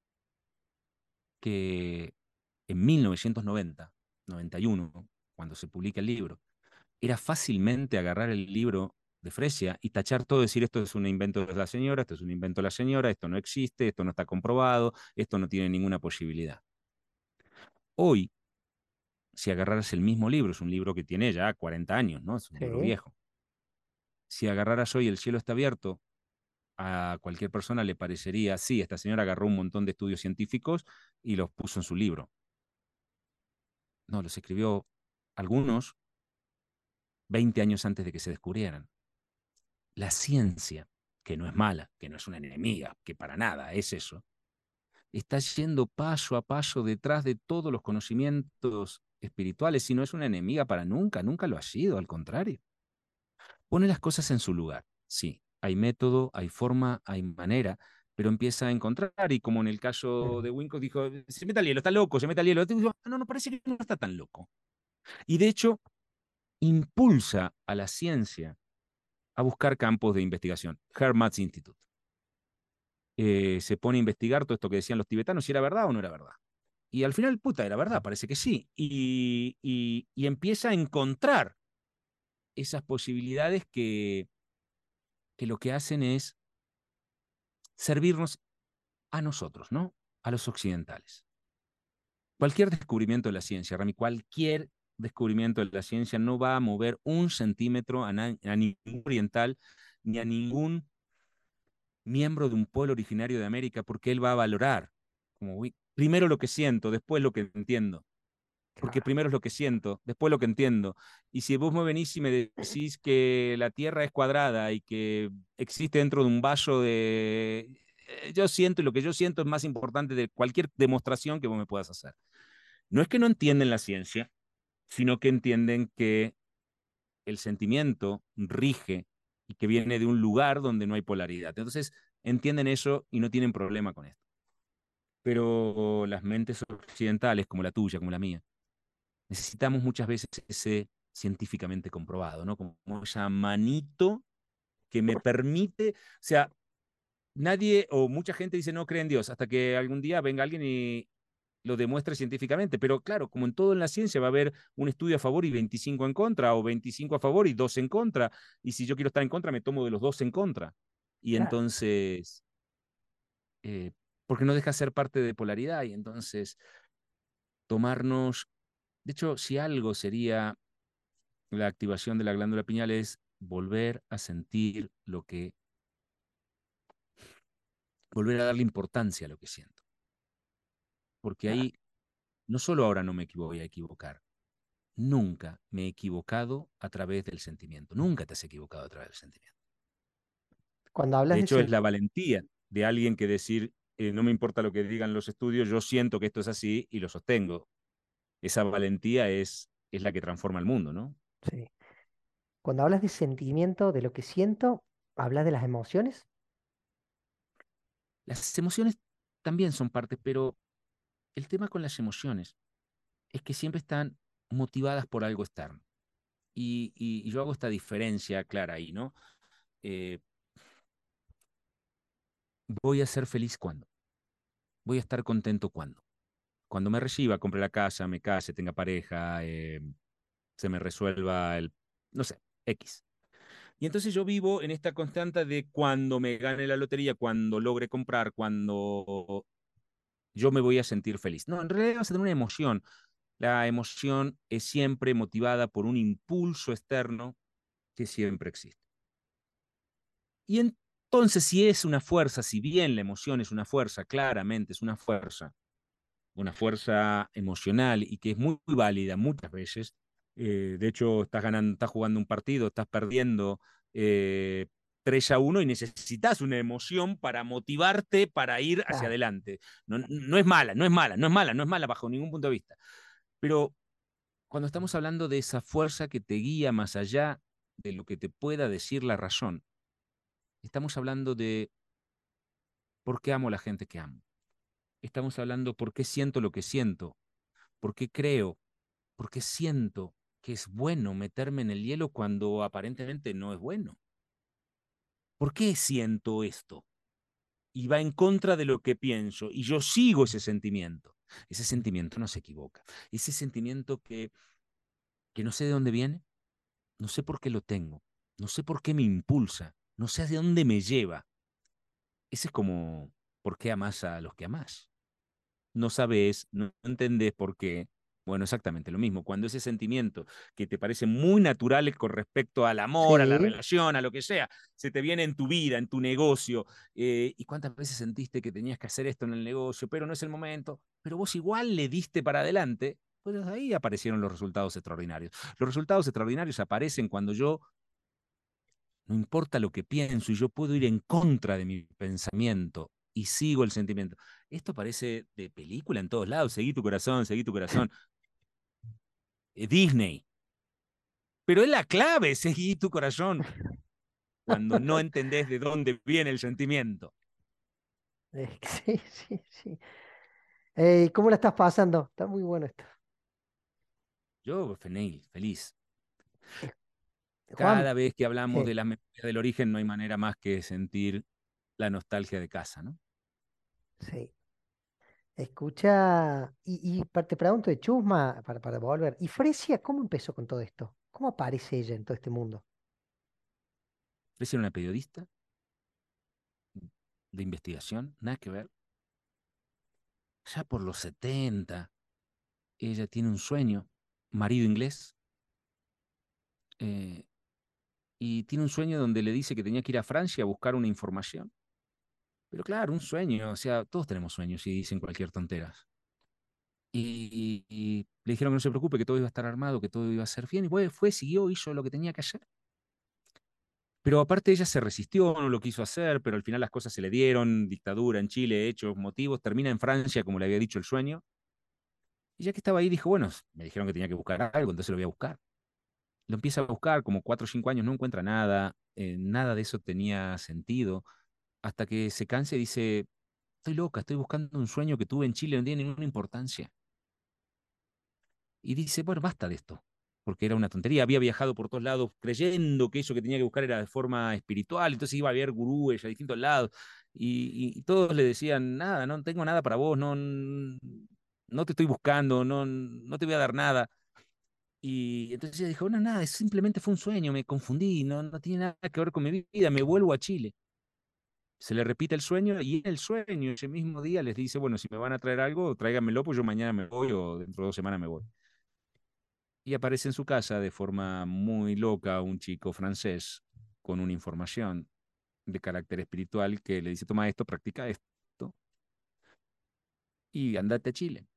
que en 1990, 91, cuando se publica el libro, era fácilmente agarrar el libro de Fresia y tachar todo, decir esto es un invento de la señora, esto es un invento de la señora, esto no existe, esto no está comprobado, esto no tiene ninguna posibilidad. Hoy, si agarraras el mismo libro, es un libro que tiene ya 40 años, ¿no? Es un libro Sí. viejo. Si agarraras hoy El cielo está abierto, a cualquier persona le parecería, sí, esta señora agarró un montón de estudios científicos y los puso en su libro. No, los escribió algunos 20 años antes de que se descubrieran. La ciencia, que no es mala, que no es una enemiga, que para nada es eso, está yendo paso a paso detrás de todos los conocimientos espirituales, y no es una enemiga para nunca, nunca lo ha sido, al contrario. Pone las cosas en su lugar, sí, hay método, hay forma, hay manera, pero empieza a encontrar, y como en el caso Ujú. de Winco dijo, se mete al hielo, está loco, se mete al hielo. No, no, parece que no está tan loco. Y de hecho, impulsa a la ciencia a buscar campos de investigación. Hermatz Institute. Se pone a investigar todo esto que decían los tibetanos, si era verdad o no era verdad. Y al final, puta, era verdad, parece que sí. Y empieza a encontrar esas posibilidades que lo que hacen es servirnos a nosotros, ¿no? A los occidentales. Cualquier descubrimiento de la ciencia, Rami, cualquier descubrimiento de la ciencia no va a mover un centímetro a ningún oriental ni a ningún miembro de un pueblo originario de América, porque él va a valorar como primero lo que siento, después lo que entiendo. Porque Claro. primero es lo que siento, después lo que entiendo. Y si vos me venís y me decís que la Tierra es cuadrada y que existe dentro de un vaso de... Yo siento, y lo que yo siento es más importante de cualquier demostración que vos me puedas hacer. No es que no entienden la ciencia, sino que entienden que el sentimiento rige y que viene de un lugar donde no hay polaridad. Entonces, entienden eso y no tienen problema con esto. Pero las mentes occidentales, como la tuya, como la mía, necesitamos muchas veces ese científicamente comprobado, ¿no? Como esa manito que me permite, o sea, nadie o mucha gente dice no cree en Dios hasta que algún día venga alguien lo demuestre científicamente. Pero claro, como en todo en la ciencia va a haber un estudio a favor y 25 en contra, o 25 a favor y 2 en contra. Y si yo quiero estar en contra, me tomo de los 2 en contra. Y Claro. entonces, eh, porque no deja ser parte de polaridad. Y entonces, tomarnos, de hecho, si algo sería la activación de la glándula pineal es volver a sentir volver a darle importancia a lo que siento. Porque Claro. ahí, no solo ahora no me voy a equivocar, nunca me he equivocado a través del sentimiento. Nunca te has equivocado a través del sentimiento. Cuando hablas De de hecho, es la valentía de alguien que decir, no me importa lo que digan los estudios, yo siento que esto es así y lo sostengo. Esa valentía es la que transforma el mundo, ¿no? sí. Cuando hablas de sentimiento, de lo que siento, ¿hablas de las emociones? Las emociones también son parte, pero el tema con las emociones es que siempre están motivadas por algo externo. Y yo hago esta diferencia clara ahí, ¿no? Eh, Voy a ser feliz cuando, voy a estar contento cuando me reciba, compre la casa, me case, tenga pareja, se me resuelva no sé, X. Y entonces yo vivo en esta constante de cuando me gane la lotería, cuando logre comprar, cuando yo me voy a sentir feliz. No, en realidad vas a tener una emoción. La emoción es siempre motivada por un impulso externo que siempre existe. Y entonces, si es una fuerza, si bien la emoción es una fuerza, claramente es una fuerza emocional y que es muy, muy válida muchas veces. De hecho, estás ganando, estás jugando un partido, estás perdiendo 3-1 y necesitas una emoción para motivarte para ir hacia Claro. adelante. No, no es mala, no es mala, no es mala, no es mala bajo ningún punto de vista. Pero cuando estamos hablando de esa fuerza que te guía más allá de lo que te pueda decir la razón, estamos hablando de por qué amo a la gente que amo. Estamos hablando por qué siento lo que siento, por qué creo, por qué siento que es bueno meterme en el hielo cuando aparentemente no es bueno. ¿Por qué siento esto? Y va en contra de lo que pienso y yo sigo ese sentimiento. Ese sentimiento no se equivoca. Ese sentimiento que no sé de dónde viene, no sé por qué lo tengo, no sé por qué me impulsa, no sé hacia dónde me lleva. Ese es como, ¿por qué amas a los que amas? No sabes, no entendés por qué. Bueno, exactamente lo mismo. Cuando ese sentimiento que te parece muy natural con respecto al amor, a la Sí. relación, a lo que sea, se te viene en tu vida, en tu negocio, y cuántas veces sentiste que tenías que hacer esto en el negocio, pero no es el momento, pero vos igual le diste para adelante, pues ahí aparecieron los resultados extraordinarios. Los resultados extraordinarios aparecen cuando yo no importa lo que pienso y yo puedo ir en contra de mi pensamiento y sigo el sentimiento. Esto parece de película en todos lados, seguí tu corazón, seguí tu corazón. Disney. Pero es la clave, seguí tu corazón, cuando no entendés de dónde viene el sentimiento. Sí, sí, sí. ¿Cómo la estás pasando? Está muy bueno esto. Yo, feliz. Eh, Juan, Cada vez que hablamos sí, de la memoria del origen, no hay manera más que sentir la nostalgia de casa, ¿no? sí. Escucha, te pregunto de Chusma, para volver. ¿Y Fresia cómo empezó con todo esto? ¿Cómo aparece ella en todo este mundo? Es una periodista de investigación, nada que ver. Ya por los 70 ella tiene un sueño, marido inglés, eh, y tiene un sueño donde le dice que tenía que ir a Francia a buscar una información. Pero claro, un sueño, o sea, todos tenemos sueños y dicen cualquier tontera. Y le dijeron que no se preocupe, que todo iba a estar armado, que todo iba a ser bien, y fue, siguió, hizo lo que tenía que hacer. Pero aparte ella se resistió, no lo quiso hacer, pero al final las cosas se le dieron, dictadura en Chile, hechos, motivos, termina en Francia, como le había dicho el sueño, y ya que estaba ahí dijo, bueno, me dijeron que tenía que buscar algo, entonces lo voy a buscar. Lo empieza a buscar, como 4 o 5 años, no encuentra nada, nada de eso tenía sentido, hasta que se cansa y dice, estoy loca, estoy buscando un sueño que tuve en Chile, no tiene ninguna importancia. Y dice, bueno, basta de esto, porque era una tontería, había viajado por todos lados creyendo que eso que tenía que buscar era de forma espiritual, entonces iba a ver gurúes a distintos lados, y todos le decían, nada, no tengo nada para vos, no no te estoy buscando, no te voy a dar nada. Y entonces ella dijo, no, nada, simplemente fue un sueño, me confundí, no tiene nada que ver con mi vida, me vuelvo a Chile. Se le repite el sueño y en el sueño, ese mismo día, les dice, bueno, si me van a traer algo, tráiganmelo, pues yo mañana me voy o dentro de 2 semanas me voy. Y aparece en su casa de forma muy loca un chico francés con una información de carácter espiritual que le dice, toma esto, practica esto y andate a Chile.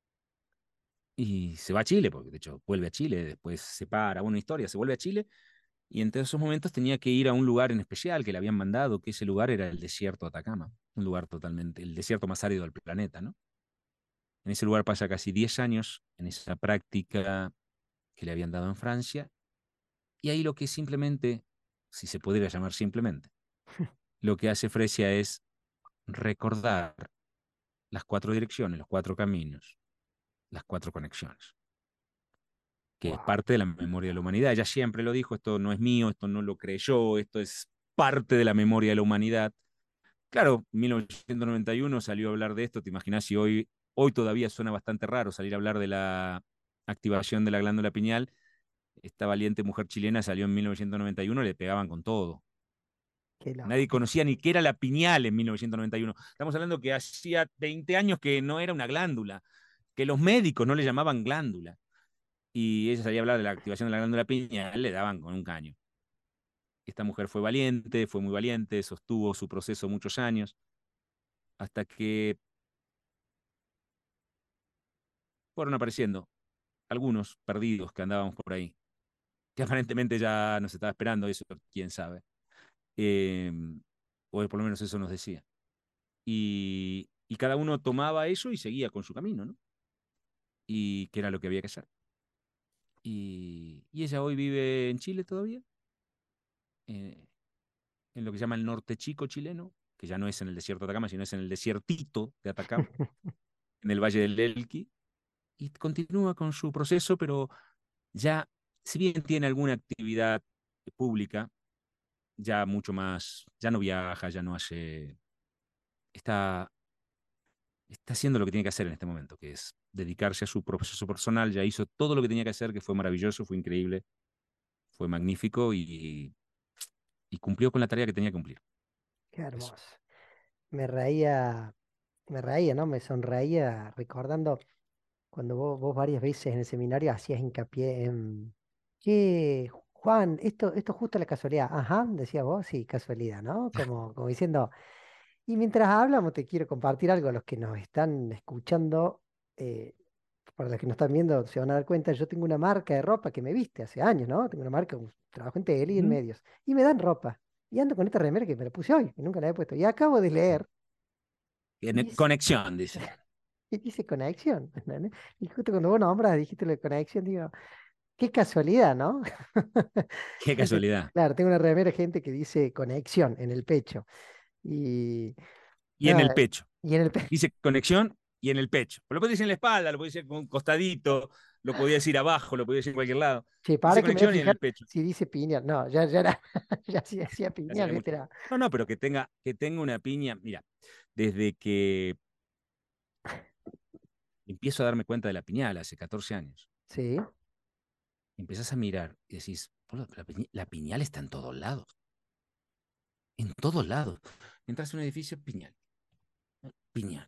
Y se va a Chile, porque de hecho vuelve a Chile, después se para, una historia, se vuelve a Chile y entre esos momentos tenía que ir a un lugar en especial que le habían mandado, que ese lugar era el desierto de Atacama, un lugar totalmente, el desierto más árido del planeta, ¿no? En ese lugar pasa casi 10 años en esa práctica que le habían dado en Francia y ahí lo que simplemente, si se pudiera llamar simplemente, lo que hace Fresia es recordar las 4 direcciones, los 4 caminos, las 4 conexiones, que es Wow. parte de la memoria de la humanidad. Ella siempre lo dijo, esto no es mío, esto no lo creé yo, esto es parte de la memoria de la humanidad. Claro, 1991 salió a hablar de esto, te imaginas si hoy todavía suena bastante raro salir a hablar de la activación de la glándula pineal. Esta valiente mujer chilena salió en 1991, le pegaban con todo. Qué loco. Nadie conocía ni qué era la pineal en 1991. Estamos hablando que hacía 20 años que no era una glándula, que los médicos no le llamaban glándula. Y ella salía a hablar de la activación de la glándula pineal, le daban con un caño. Esta mujer fue valiente, fue muy valiente, sostuvo su proceso muchos años, hasta que fueron apareciendo algunos perdidos que andábamos por ahí, que aparentemente ya nos estaba esperando, eso quién sabe. Eh, o por lo menos eso nos decía. Y cada uno tomaba eso y seguía con su camino, ¿no? Y qué era lo que había que hacer. Y ella hoy vive en Chile todavía, eh, en lo que se llama el norte chico chileno, que ya no es en el desierto de Atacama, sino es en el desiertito de Atacama, en el Valle del Elqui, y continúa con su proceso, pero ya, si bien tiene alguna actividad pública, ya mucho más, ya no viaja, ya no hace, está, está haciendo lo que tiene que hacer en este momento, que es dedicarse a su proceso personal, ya hizo todo lo que tenía que hacer, que fue maravilloso, fue increíble, fue magnífico y cumplió con la tarea que tenía que cumplir. Qué Eso. hermoso. Me reía, me reía, ¿no? Me sonreía recordando cuando vos varias veces en el seminario hacías hincapié en que, Juan, esto justo la casualidad. Ajá, decía vos, sí, casualidad, ¿no? Como diciendo, y mientras hablamos te quiero compartir algo a los que nos están escuchando. eh, para los que nos están viendo se van a dar cuenta, yo tengo una marca de ropa que me viste hace años, ¿no? Tengo una marca, trabajo en tele y en ¿Mm? medios, y me dan ropa. Y ando con esta remera que me la puse hoy, y nunca la he puesto. Y acabo de leer, y dice, Conexión, dice. y dice conexión, ¿entendés? Y justo cuando vos nombras, dijiste lo de conexión, digo, qué casualidad, ¿no? Qué Gente, casualidad. claro, tengo una remera, gente que dice conexión en el pecho. Y Y en el nada, pecho. y en el pecho. Dice conexión y en el pecho. Lo puede decir en la espalda, lo puede decir con un costadito, lo podía decir abajo, lo podía decir en cualquier lado. Che, Dice para que me voy a conexión y en fijar el pecho. si dice piña. No, ya era, ya sí decía Ya piña, sería ¿viste? mucho. No, no, pero que tenga una piña. Mira, desde que empiezo a darme cuenta de la piñal hace 14 años, Sí. empiezas a mirar y decís, la piñal está en todos lados. En todos lados. Entras a un edificio, piñal. Piñal.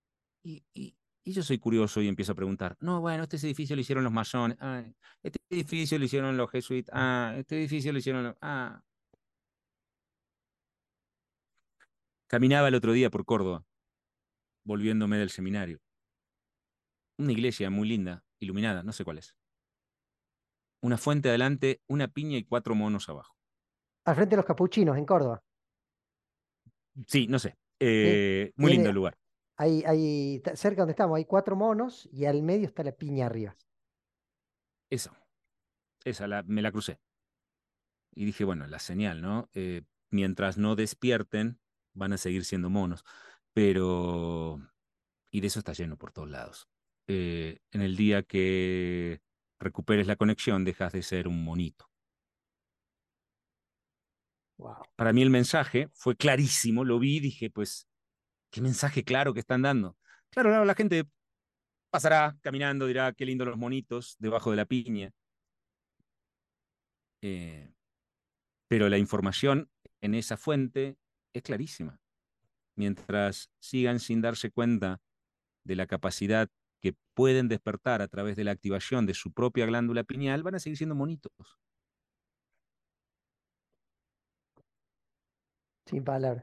Y yo soy curioso y empiezo a preguntar, no, bueno, este edificio lo hicieron los masones, ah, este edificio lo hicieron los jesuitas, ah, este edificio lo hicieron los... Ah. Caminaba el otro día por Córdoba, volviéndome del seminario. Una iglesia muy linda, iluminada, no sé cuál es. Una fuente adelante, una piña y 4 monos abajo. Al frente de los capuchinos, en Córdoba. Sí, no sé. Sí. Muy lindo Tiene, el lugar. cerca donde estamos, hay 4 monos y al medio está la piña arriba. Eso, me la crucé. Y dije, bueno, la señal, ¿no? Mientras no despierten, van a seguir siendo monos. Pero y de eso está lleno por todos lados. En el día que recuperes la conexión, dejas de ser un monito. Wow. Para mí el mensaje fue clarísimo, lo vi y dije, pues, qué mensaje claro que están dando. Claro, la gente pasará caminando, dirá qué lindo los monitos debajo de la piña. Eh, pero la información en esa fuente es clarísima. Mientras sigan sin darse cuenta de la capacidad que pueden despertar a través de la activación de su propia glándula pineal, van a seguir siendo monitos. Sin palabras.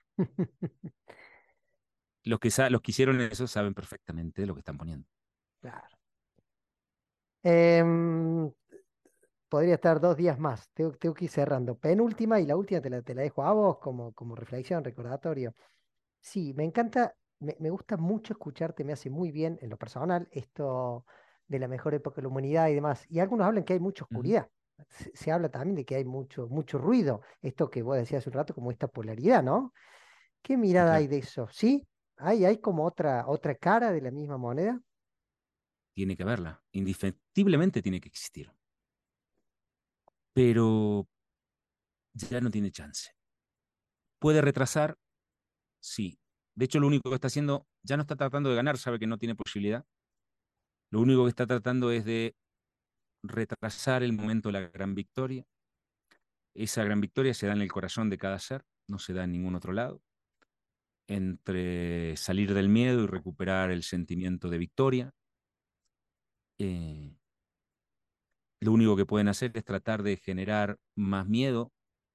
Los que hicieron eso saben perfectamente lo que están poniendo. Claro. Em, Podría estar 2 días más. Tengo que ir cerrando. Penúltima y la última te la dejo a vos como reflexión, recordatorio. Sí, me encanta, me gusta mucho escucharte, me hace muy bien en lo personal esto de la mejor época de la humanidad y demás. Y algunos hablan que hay mucha Uh -huh. oscuridad. Se habla también de que hay mucho ruido. Esto que vos decías hace un rato, como esta polaridad, ¿no? ¿Qué Sí, mirada hay claro. de eso? ¿Sí? ¿Hay como otra cara de la misma moneda? Tiene que haberla. Indefectiblemente tiene que existir. Pero ya no tiene chance. ¿Puede retrasar? Sí. De hecho, lo único que está haciendo, ya no está tratando de ganar, sabe que no tiene posibilidad. Lo único que está tratando es de retrasar el momento de la gran victoria. Esa gran victoria se da en el corazón de cada ser, no se da en ningún otro lado. Entre salir del miedo y recuperar el sentimiento de victoria, eh, lo único que pueden hacer es tratar de generar más miedo.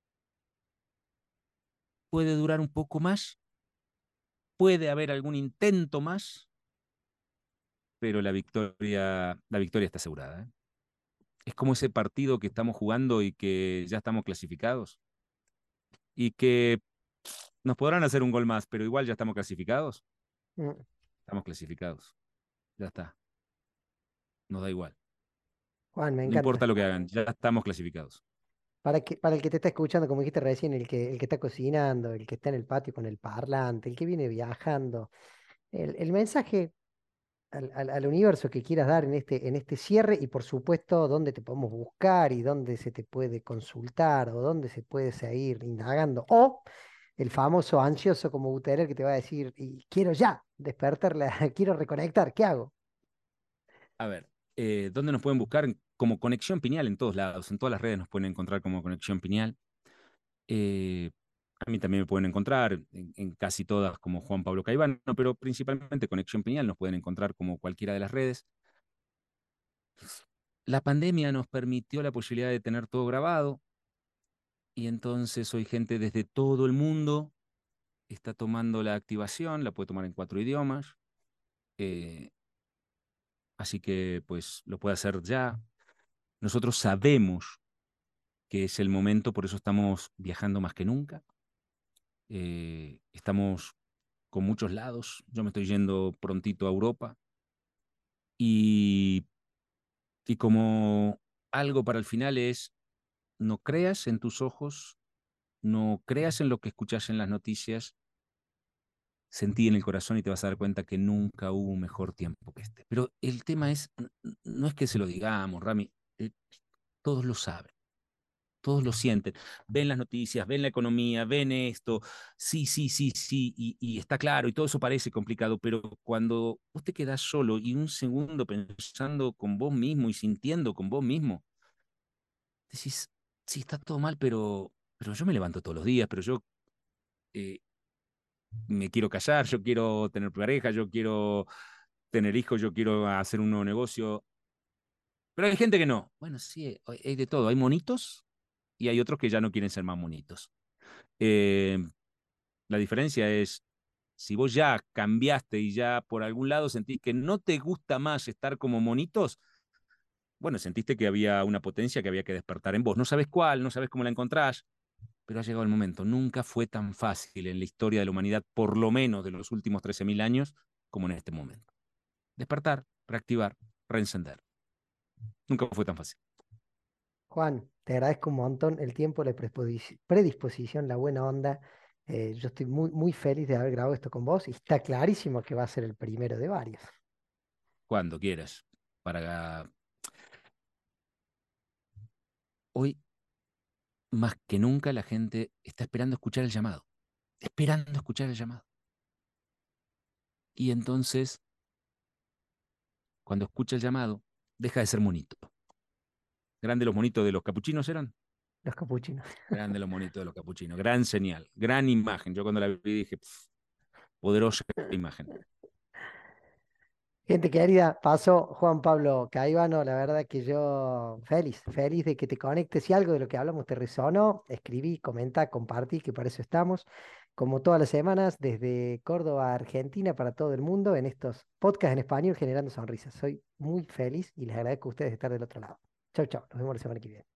Puede durar un poco más, puede haber algún intento más, pero la victoria está asegurada, ¿eh? Es como ese partido que estamos jugando y que ya estamos clasificados y que nos podrán hacer un gol más, pero igual ya estamos clasificados. Mm, Estamos clasificados. Ya está. Nos da igual. Juan, me No importa encanta. lo que hagan, ya estamos clasificados. Para el que te está escuchando, como dijiste recién, el que está cocinando, el que está en el patio con el parlante, el que viene viajando, el mensaje al universo que quieras dar en este cierre y por supuesto dónde te podemos buscar y dónde se te puede consultar o dónde se puede seguir indagando. O el famoso ansioso como Guterres que te va a decir, y quiero ya despertarla, quiero reconectar, ¿qué hago? A ver, ¿dónde nos pueden buscar? Como Conexión Pineal en todos lados, en todas las redes nos pueden encontrar como Conexión Pineal. Eh, a mí también me pueden encontrar en casi todas como Juan Pablo Caivano, pero principalmente Conexión Pineal nos pueden encontrar como cualquiera de las redes. La pandemia nos permitió la posibilidad de tener todo grabado y entonces hoy gente desde todo el mundo está tomando la activación, la puede tomar en 4 idiomas, eh, así que pues lo puede hacer ya. Nosotros sabemos que es el momento, por eso estamos viajando más que nunca. Estamos con muchos lados. Yo me estoy yendo prontito a Europa y, y como algo para el final es, no creas en tus ojos, no creas en lo que escuchas en las noticias, sentí en el corazón y te vas a dar cuenta que nunca hubo un mejor tiempo que este. Pero el tema es, no es que se lo digamos, Rami, todos lo saben. Todos lo sienten, ven las noticias, ven la economía, ven esto, sí, sí, sí, sí, y está claro, y todo eso parece complicado, pero cuando vos te quedás solo y un segundo pensando con vos mismo y sintiendo con vos mismo, decís, sí, está todo mal, pero yo me levanto todos los días, pero yo eh, me quiero casar, yo quiero tener pareja, yo quiero tener hijos, yo quiero hacer un nuevo negocio, pero hay gente que no. Bueno, sí, hay de todo, hay monitos y hay otros que ya no quieren ser más monitos. Eh, La diferencia es, si vos ya cambiaste y ya por algún lado sentís que no te gusta más estar como monitos, bueno, sentiste que había una potencia que había que despertar en vos. No sabes cuál, no sabes cómo la encontrás, pero ha llegado el momento. Nunca fue tan fácil en la historia de la humanidad, por lo menos de los últimos 13.000 años, como en este momento. Despertar, reactivar, reencender. Nunca fue tan fácil. Juan, te agradezco un montón el tiempo, la predisposición, la buena onda. Yo estoy muy feliz de haber grabado esto con vos y está clarísimo que va a ser el primero de varios. Cuando quieras. Para hoy, más que nunca, la gente está esperando escuchar el llamado. Esperando escuchar el llamado. Y entonces cuando escucha el llamado, deja de ser monito. Grande los monitos de los capuchinos eran. Los capuchinos. Grande los monitos de los capuchinos. Gran señal, gran imagen. Yo cuando la vi dije, poderosa imagen. Gente querida, pasó Juan Pablo Caivano, la verdad que yo feliz de que te conectes. Si algo de lo que hablamos te resonó, escribí, comenta, compartí, que para eso estamos. Como todas las semanas, desde Córdoba, Argentina, para todo el mundo, en estos podcasts en español generando sonrisas. Soy muy feliz y les agradezco a ustedes estar del otro lado. Chau, chau. Nos vemos la semana que viene.